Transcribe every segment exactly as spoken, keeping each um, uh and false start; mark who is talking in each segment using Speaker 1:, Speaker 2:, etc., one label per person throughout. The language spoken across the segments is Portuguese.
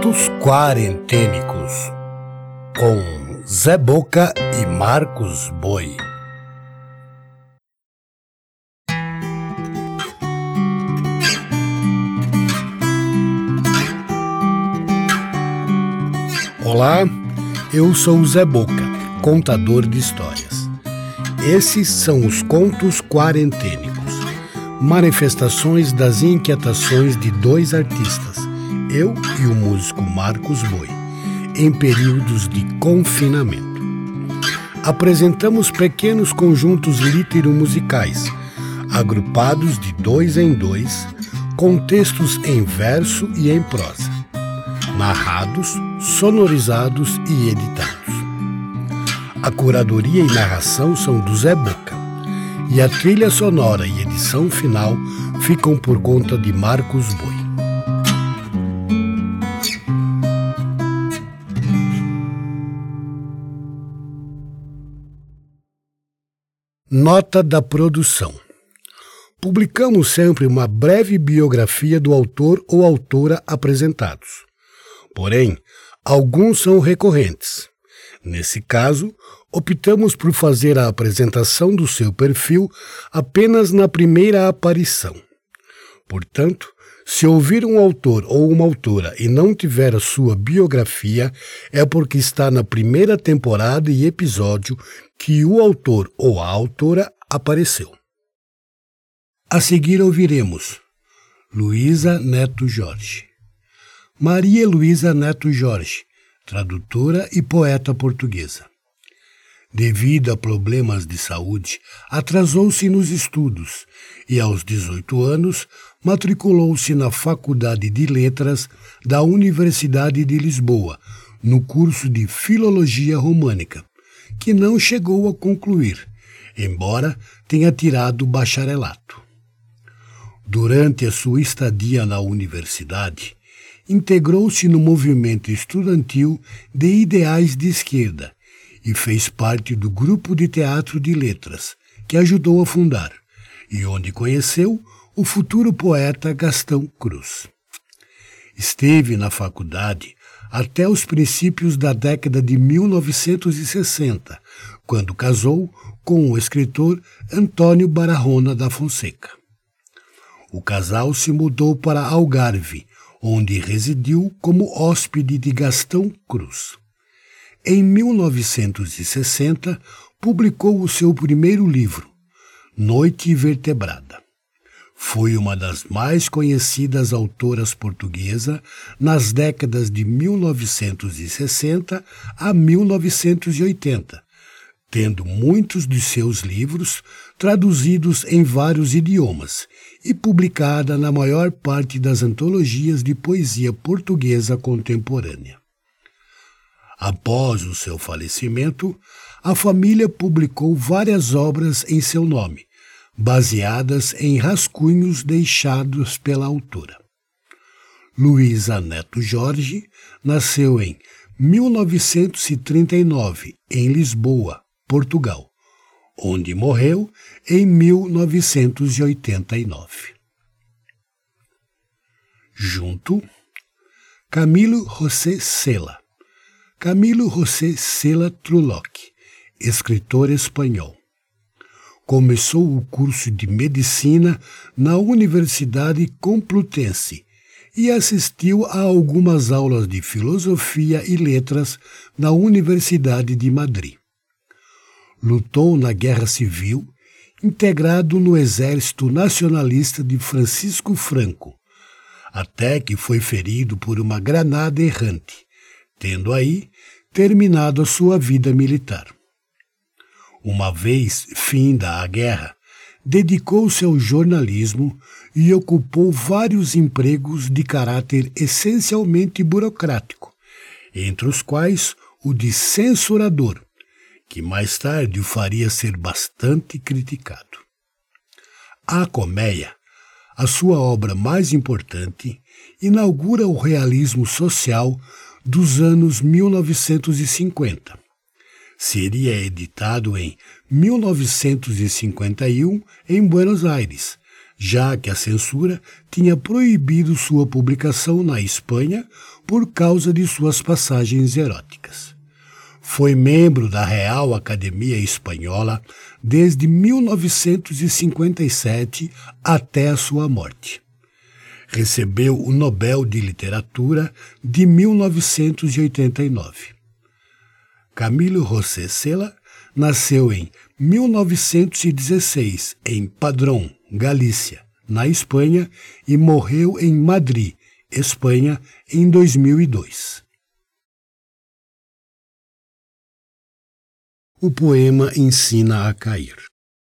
Speaker 1: Contos Quarentênicos, com Zé Boca e Marcos Boi. Olá, eu sou o Zé Boca, contador de histórias. Esses são os Contos Quarentênicos, manifestações das inquietações de dois artistas, eu e o músico Marcos Boi, em períodos de confinamento. Apresentamos pequenos conjuntos litero-musicais, agrupados de dois em dois, com textos em verso e em prosa, narrados, sonorizados e editados. A curadoria e narração são do Zé Boca, e a trilha sonora e edição final ficam por conta de Marcos Boi. Nota da produção. Publicamos sempre uma breve biografia do autor ou autora apresentados. Porém, alguns são recorrentes. Nesse caso, optamos por fazer a apresentação do seu perfil apenas na primeira aparição. Portanto, se ouvir um autor ou uma autora e não tiver a sua biografia, é porque está na primeira temporada e episódio que o autor ou a autora apareceu. A seguir ouviremos Luísa Neto Jorge. Maria Luísa Neto Jorge, tradutora e poeta portuguesa. Devido a problemas de saúde, atrasou-se nos estudos e, aos dezoito anos, matriculou-se na Faculdade de Letras da Universidade de Lisboa, no curso de Filologia Românica, que não chegou a concluir, embora tenha tirado o bacharelato. Durante a sua estadia na universidade, integrou-se no movimento estudantil de ideais de esquerda e fez parte do grupo de teatro de letras, que ajudou a fundar, e onde conheceu o futuro poeta Gastão Cruz. Esteve na faculdade até os princípios da década de mil novecentos e sessenta, quando casou com o escritor Antônio Barahona da Fonseca. O casal se mudou para Algarve, onde residiu como hóspede de Gastão Cruz. Em mil novecentos e sessenta, publicou o seu primeiro livro, Noite Vertebrada. Foi uma das mais conhecidas autoras portuguesas nas décadas de mil novecentos e sessenta a mil novecentos e oitenta, tendo muitos de seus livros traduzidos em vários idiomas e publicada na maior parte das antologias de poesia portuguesa contemporânea. Após o seu falecimento, a família publicou várias obras em seu nome, baseadas em rascunhos deixados pela autora. Luísa Neto Jorge nasceu em mil novecentos e trinta e nove, em Lisboa, Portugal, onde morreu em mil novecentos e oitenta e nove. Junto, Camilo José Cela. Camilo José Cela Truloc, escritor espanhol. Começou o curso de medicina na Universidade Complutense e assistiu a algumas aulas de filosofia e letras na Universidade de Madrid. Lutou na Guerra Civil, integrado no Exército Nacionalista de Francisco Franco, até que foi ferido por uma granada errante, tendo aí terminado a sua vida militar. Uma vez finda a guerra, dedicou-se ao jornalismo e ocupou vários empregos de caráter essencialmente burocrático, entre os quais o de censurador, que mais tarde o faria ser bastante criticado. A Colmeia, a sua obra mais importante, inaugura o realismo social dos anos mil novecentos e cinquenta. Seria editado em mil novecentos e cinquenta e um em Buenos Aires, já que a censura tinha proibido sua publicação na Espanha por causa de suas passagens eróticas. Foi membro da Real Academia Espanhola desde mil novecentos e cinquenta e sete até a sua morte. Recebeu o Nobel de Literatura de mil novecentos e oitenta e nove. Camilo José Cela nasceu em mil novecentos e dezesseis em Padrón, Galícia, na Espanha, e morreu em Madrid, Espanha, em dois mil e dois. O poema ensina a cair.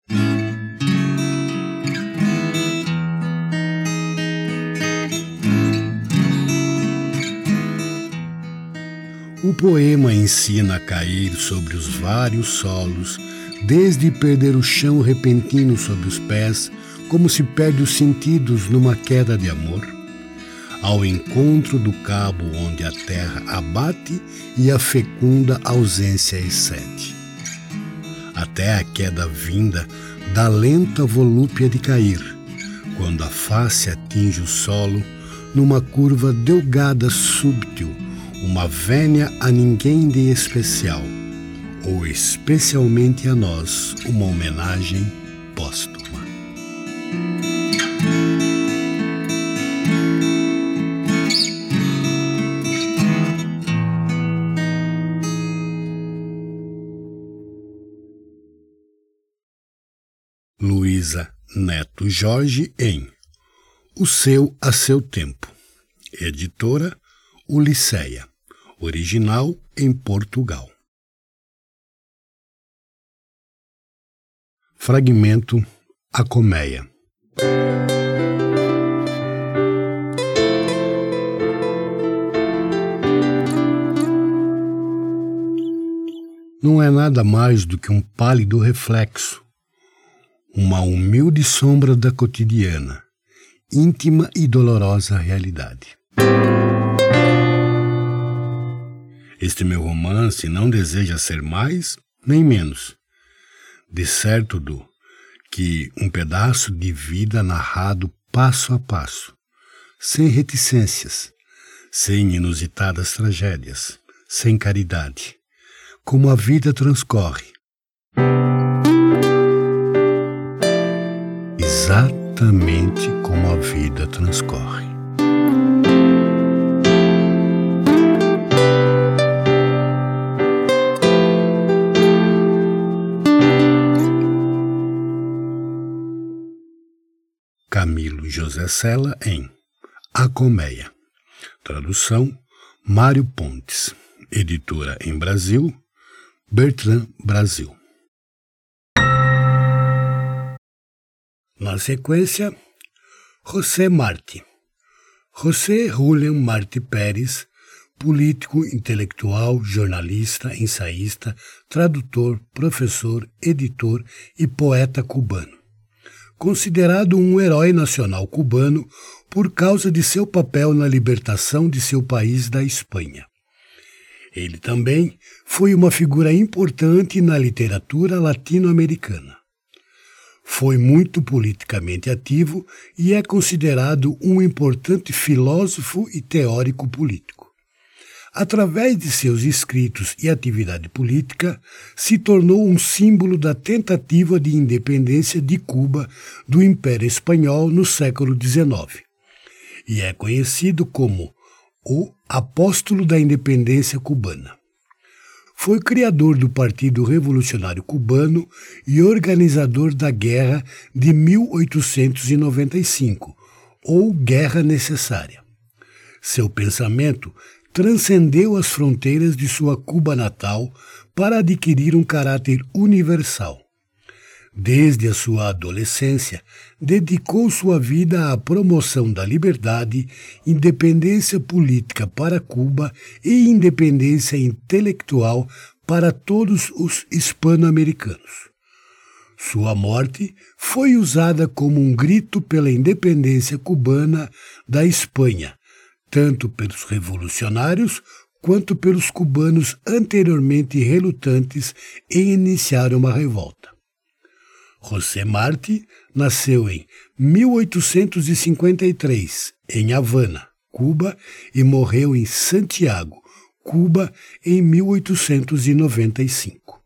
Speaker 1: O poema ensina a cair sobre os vários solos, desde perder o chão repentino sob os pés, como se perde os sentidos numa queda de amor, ao encontro do cabo onde a terra abate e a fecunda ausência excede. Até a queda vinda da lenta volúpia de cair, quando a face atinge o solo, numa curva delgada súbtil, uma vénia a ninguém de especial, ou especialmente a nós, uma homenagem póstuma. Luísa Neto Jorge em O Seu a Seu Tempo. Editora Ulisseia. Original em Portugal. Fragmento A Colmeia. Não é nada mais do que um pálido reflexo, uma humilde sombra da cotidiana, íntima e dolorosa realidade. Este meu romance não deseja ser mais nem menos, de certo do que um pedaço de vida narrado passo a passo, sem reticências, sem inusitadas tragédias, sem caridade, como a vida transcorre. Exatamente como a vida transcorre. Camilo José Cela em A Colmeia. Tradução Mário Pontes. Editora em Brasil, Bertrand Brasil. Na sequência, José Martí. José Julián Martí Pérez, político, intelectual, jornalista, ensaísta, tradutor, professor, editor e poeta cubano. Considerado um herói nacional cubano por causa de seu papel na libertação de seu país da Espanha. Ele também foi uma figura importante na literatura latino-americana. Foi muito politicamente ativo e é considerado um importante filósofo e teórico político. Através de seus escritos e atividade política, se tornou um símbolo da tentativa de independência de Cuba do Império Espanhol no século dezenove, e é conhecido como o Apóstolo da Independência Cubana. Foi criador do Partido Revolucionário Cubano e organizador da Guerra de mil oitocentos e noventa e cinco, ou Guerra Necessária. Seu pensamento transcendeu as fronteiras de sua Cuba natal para adquirir um caráter universal. Desde a sua adolescência, dedicou sua vida à promoção da liberdade, independência política para Cuba e independência intelectual para todos os hispano-americanos. Sua morte foi usada como um grito pela independência cubana da Espanha, tanto pelos revolucionários quanto pelos cubanos anteriormente relutantes em iniciar uma revolta. José Martí nasceu em mil oitocentos e cinquenta e três, em Havana, Cuba, e morreu em Santiago, Cuba, em mil oitocentos e noventa e cinco.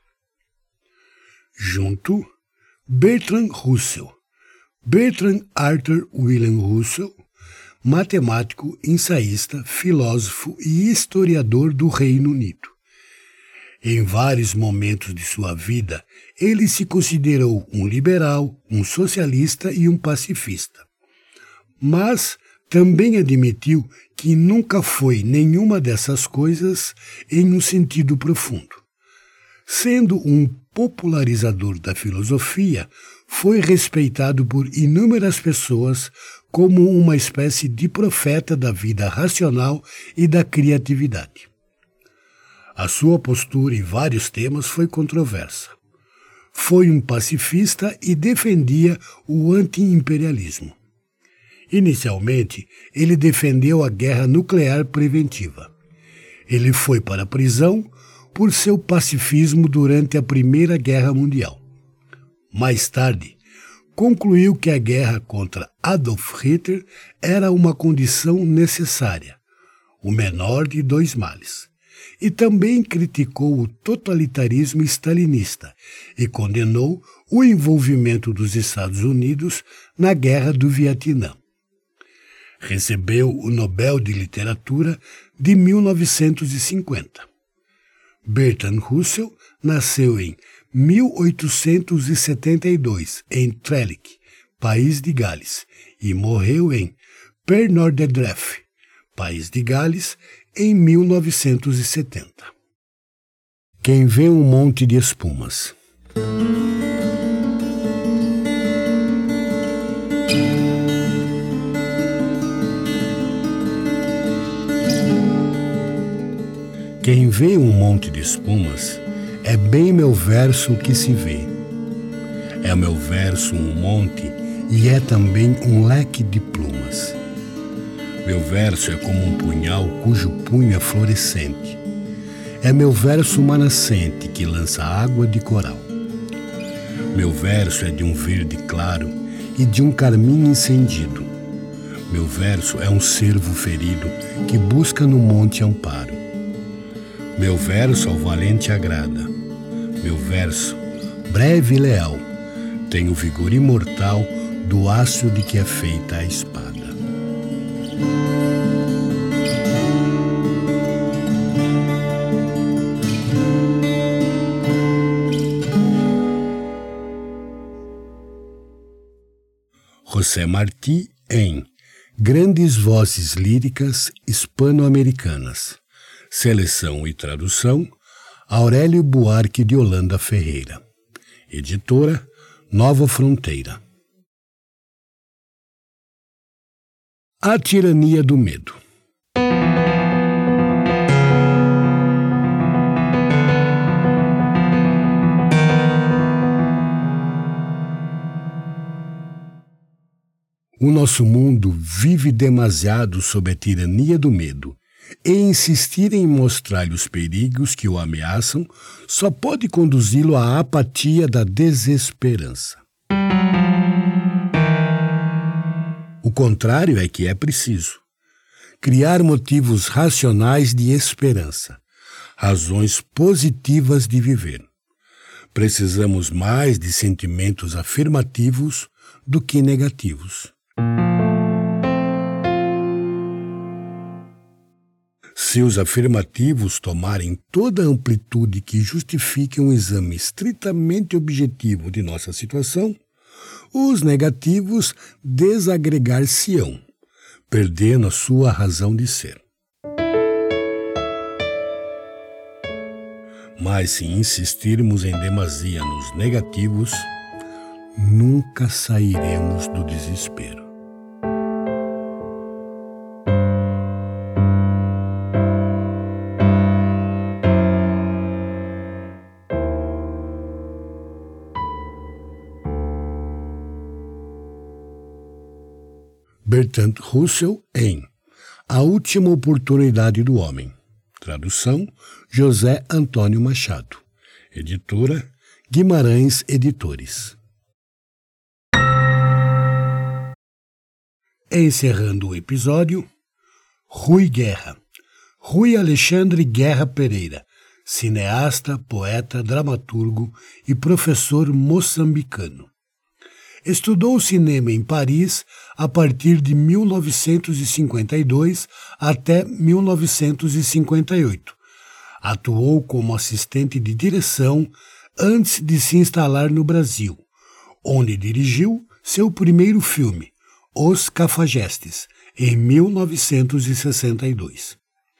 Speaker 1: Junto, Bertrand Russell. Bertrand Arthur William Russell, matemático, ensaísta, filósofo e historiador do Reino Unido. Em vários momentos de sua vida, ele se considerou um liberal, um socialista e um pacifista. Mas também admitiu que nunca foi nenhuma dessas coisas em um sentido profundo. Sendo um popularizador da filosofia, foi respeitado por inúmeras pessoas como uma espécie de profeta da vida racional e da criatividade. A sua postura em vários temas foi controversa. Foi um pacifista e defendia o anti-imperialismo. Inicialmente, ele defendeu a guerra nuclear preventiva. Ele foi para a prisão por seu pacifismo durante a Primeira Guerra Mundial. Mais tarde, concluiu que a guerra contra Adolf Hitler era uma condição necessária, o menor de dois males, e também criticou o totalitarismo stalinista e condenou o envolvimento dos Estados Unidos na Guerra do Vietnã. Recebeu o Nobel de Literatura de mil novecentos e cinquenta. Bertrand Russell nasceu em mil oitocentos e setenta e dois, em Trellick, País de Gales, e morreu em Pernorderdref, País de Gales, em mil novecentos e setenta. Quem vê um monte de espumas. Quem vê um monte de espumas é bem meu verso que se vê. É meu verso um monte e é também um leque de plumas. Meu verso é como um punhal cujo punho é florescente. É meu verso uma nascente que lança água de coral. Meu verso é de um verde claro e de um carmim incendido. Meu verso é um cervo ferido que busca no monte amparo. Meu verso ao valente agrada. Meu verso, breve e leal, tem o vigor imortal do aço de que é feita a espada. José Martí em Grandes Vozes Líricas Hispano-Americanas. Seleção e tradução, Aurélio Buarque de Holanda Ferreira. Editora, Nova Fronteira. A Tirania do Medo. O nosso mundo vive demasiado sob a tirania do medo, e insistir em mostrar-lhe os perigos que o ameaçam só pode conduzi-lo à apatia da desesperança. O contrário é que é preciso criar motivos racionais de esperança, razões positivas de viver. Precisamos mais de sentimentos afirmativos do que negativos. Se os afirmativos tomarem toda a amplitude que justifique um exame estritamente objetivo de nossa situação, os negativos desagregar-se-ão, perdendo a sua razão de ser. Mas se insistirmos em demasia nos negativos, nunca sairemos do desespero. Bertrand Russell em A Última Oportunidade do Homem. Tradução, José Antônio Machado. Editora, Guimarães Editores. encerrando o episódio, Rui Guerra. Rui Alexandre Guerra Pereira, cineasta, poeta, dramaturgo e professor moçambicano. Estudou cinema em Paris a partir de mil novecentos e cinquenta e dois até mil novecentos e cinquenta e oito. Atuou como assistente de direção antes de se instalar no Brasil, onde dirigiu seu primeiro filme, Os Cafajestes, em mil novecentos e sessenta e dois.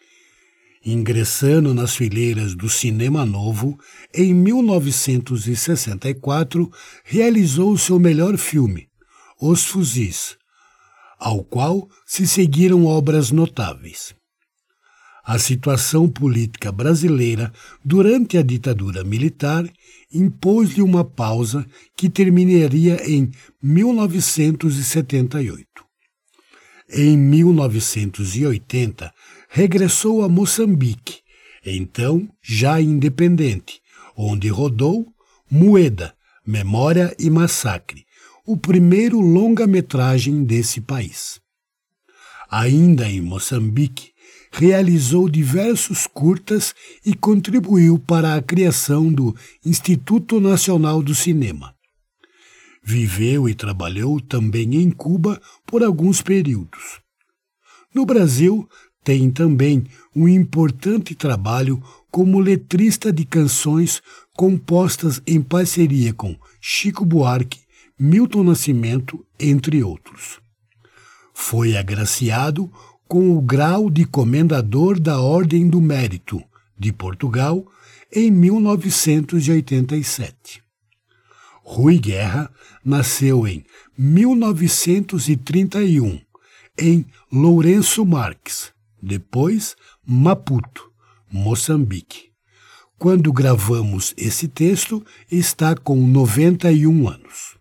Speaker 1: Ingressando nas fileiras do Cinema Novo, em mil novecentos e sessenta e quatro, realizou seu melhor filme, Os Fuzis, ao qual se seguiram obras notáveis. A situação política brasileira durante a ditadura militar impôs-lhe uma pausa que terminaria em mil novecentos e setenta e oito. Em mil novecentos e oitenta, regressou a Moçambique, então já independente, onde rodou Moeda, Memória e Massacre, o primeiro longa-metragem desse país. Ainda em Moçambique, realizou diversos curtas e contribuiu para a criação do Instituto Nacional do Cinema. Viveu e trabalhou também em Cuba por alguns períodos. No Brasil, tem também um importante trabalho como letrista de canções compostas em parceria com Chico Buarque, Milton Nascimento, entre outros. Foi agraciado com o grau de Comendador da Ordem do Mérito, de Portugal, em mil novecentos e oitenta e sete. Rui Guerra nasceu em mil novecentos e trinta e um, em Lourenço Marques, depois Maputo, Moçambique. Quando gravamos esse texto, está com noventa e um anos.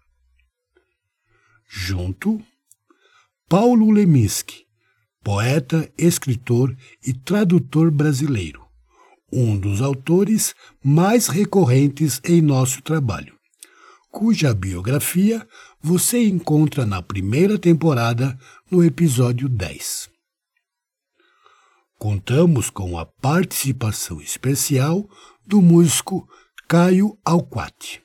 Speaker 1: Junto, Paulo Leminski, poeta, escritor e tradutor brasileiro, um dos autores mais recorrentes em nosso trabalho, cuja biografia você encontra na primeira temporada, no episódio dez. Contamos com a participação especial do músico Caio Alquati.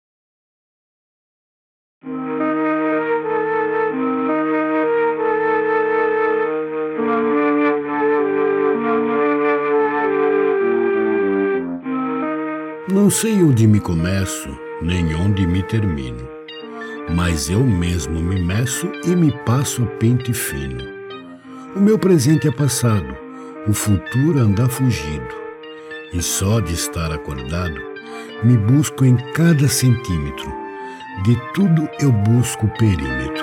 Speaker 1: Não sei onde me começo, nem onde me termino, mas eu mesmo me meço e me passo a pente fino. O meu presente é passado, o futuro anda fugido, e só de estar acordado, me busco em cada centímetro, de tudo eu busco o perímetro.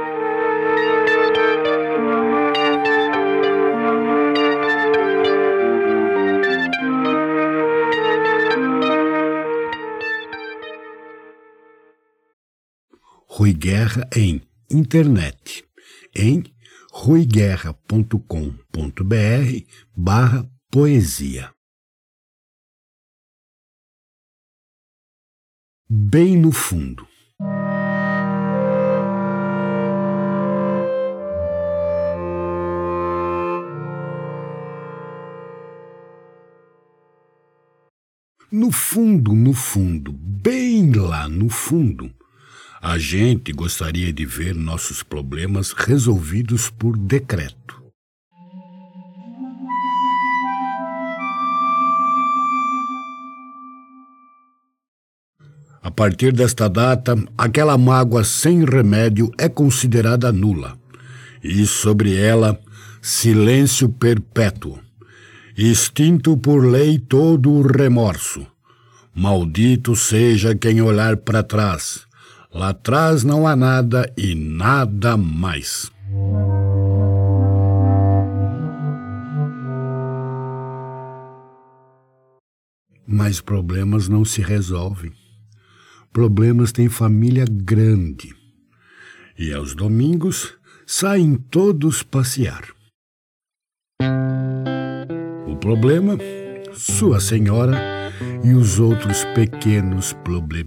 Speaker 1: Rui Guerra em internet, em ruiguerra ponto com ponto br barra poesia. Bem no fundo. No fundo, no fundo, bem lá no fundo, a gente gostaria de ver nossos problemas resolvidos por decreto. A partir desta data, aquela mágoa sem remédio é considerada nula, e sobre ela, silêncio perpétuo, extinto por lei todo o remorso. Maldito seja quem olhar para trás. Lá atrás não há nada e nada mais. Mas problemas não se resolvem. Problemas têm família grande. E aos domingos saem todos passear. O problema, sua senhora e os outros pequenos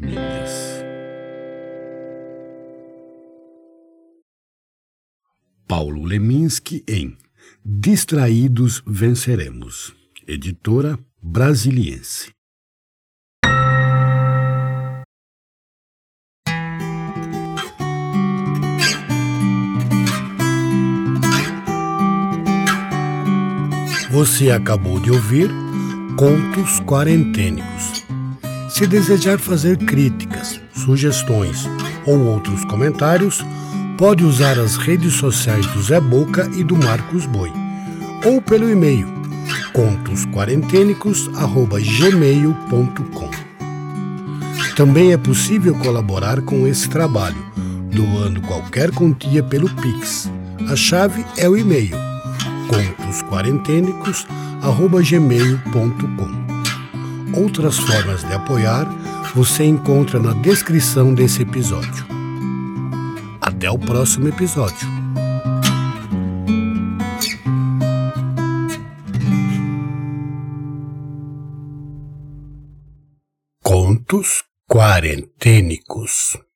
Speaker 1: probleminhas. Paulo Leminski em Distraídos Venceremos, editora Brasiliense. Você acabou de ouvir Contos Quarentênicos. Se desejar fazer críticas, sugestões ou outros comentários, pode usar as redes sociais do Zé Boca e do Marcos Boi, ou pelo e-mail contosquarentênicos arroba gmail ponto com. Também é possível colaborar com esse trabalho, doando qualquer quantia pelo Pix. A chave é o e-mail contosquarentênicos arroba gmail ponto com. Outras formas de apoiar você encontra na descrição desse episódio. Até o próximo episódio. Contos Quarentênicos.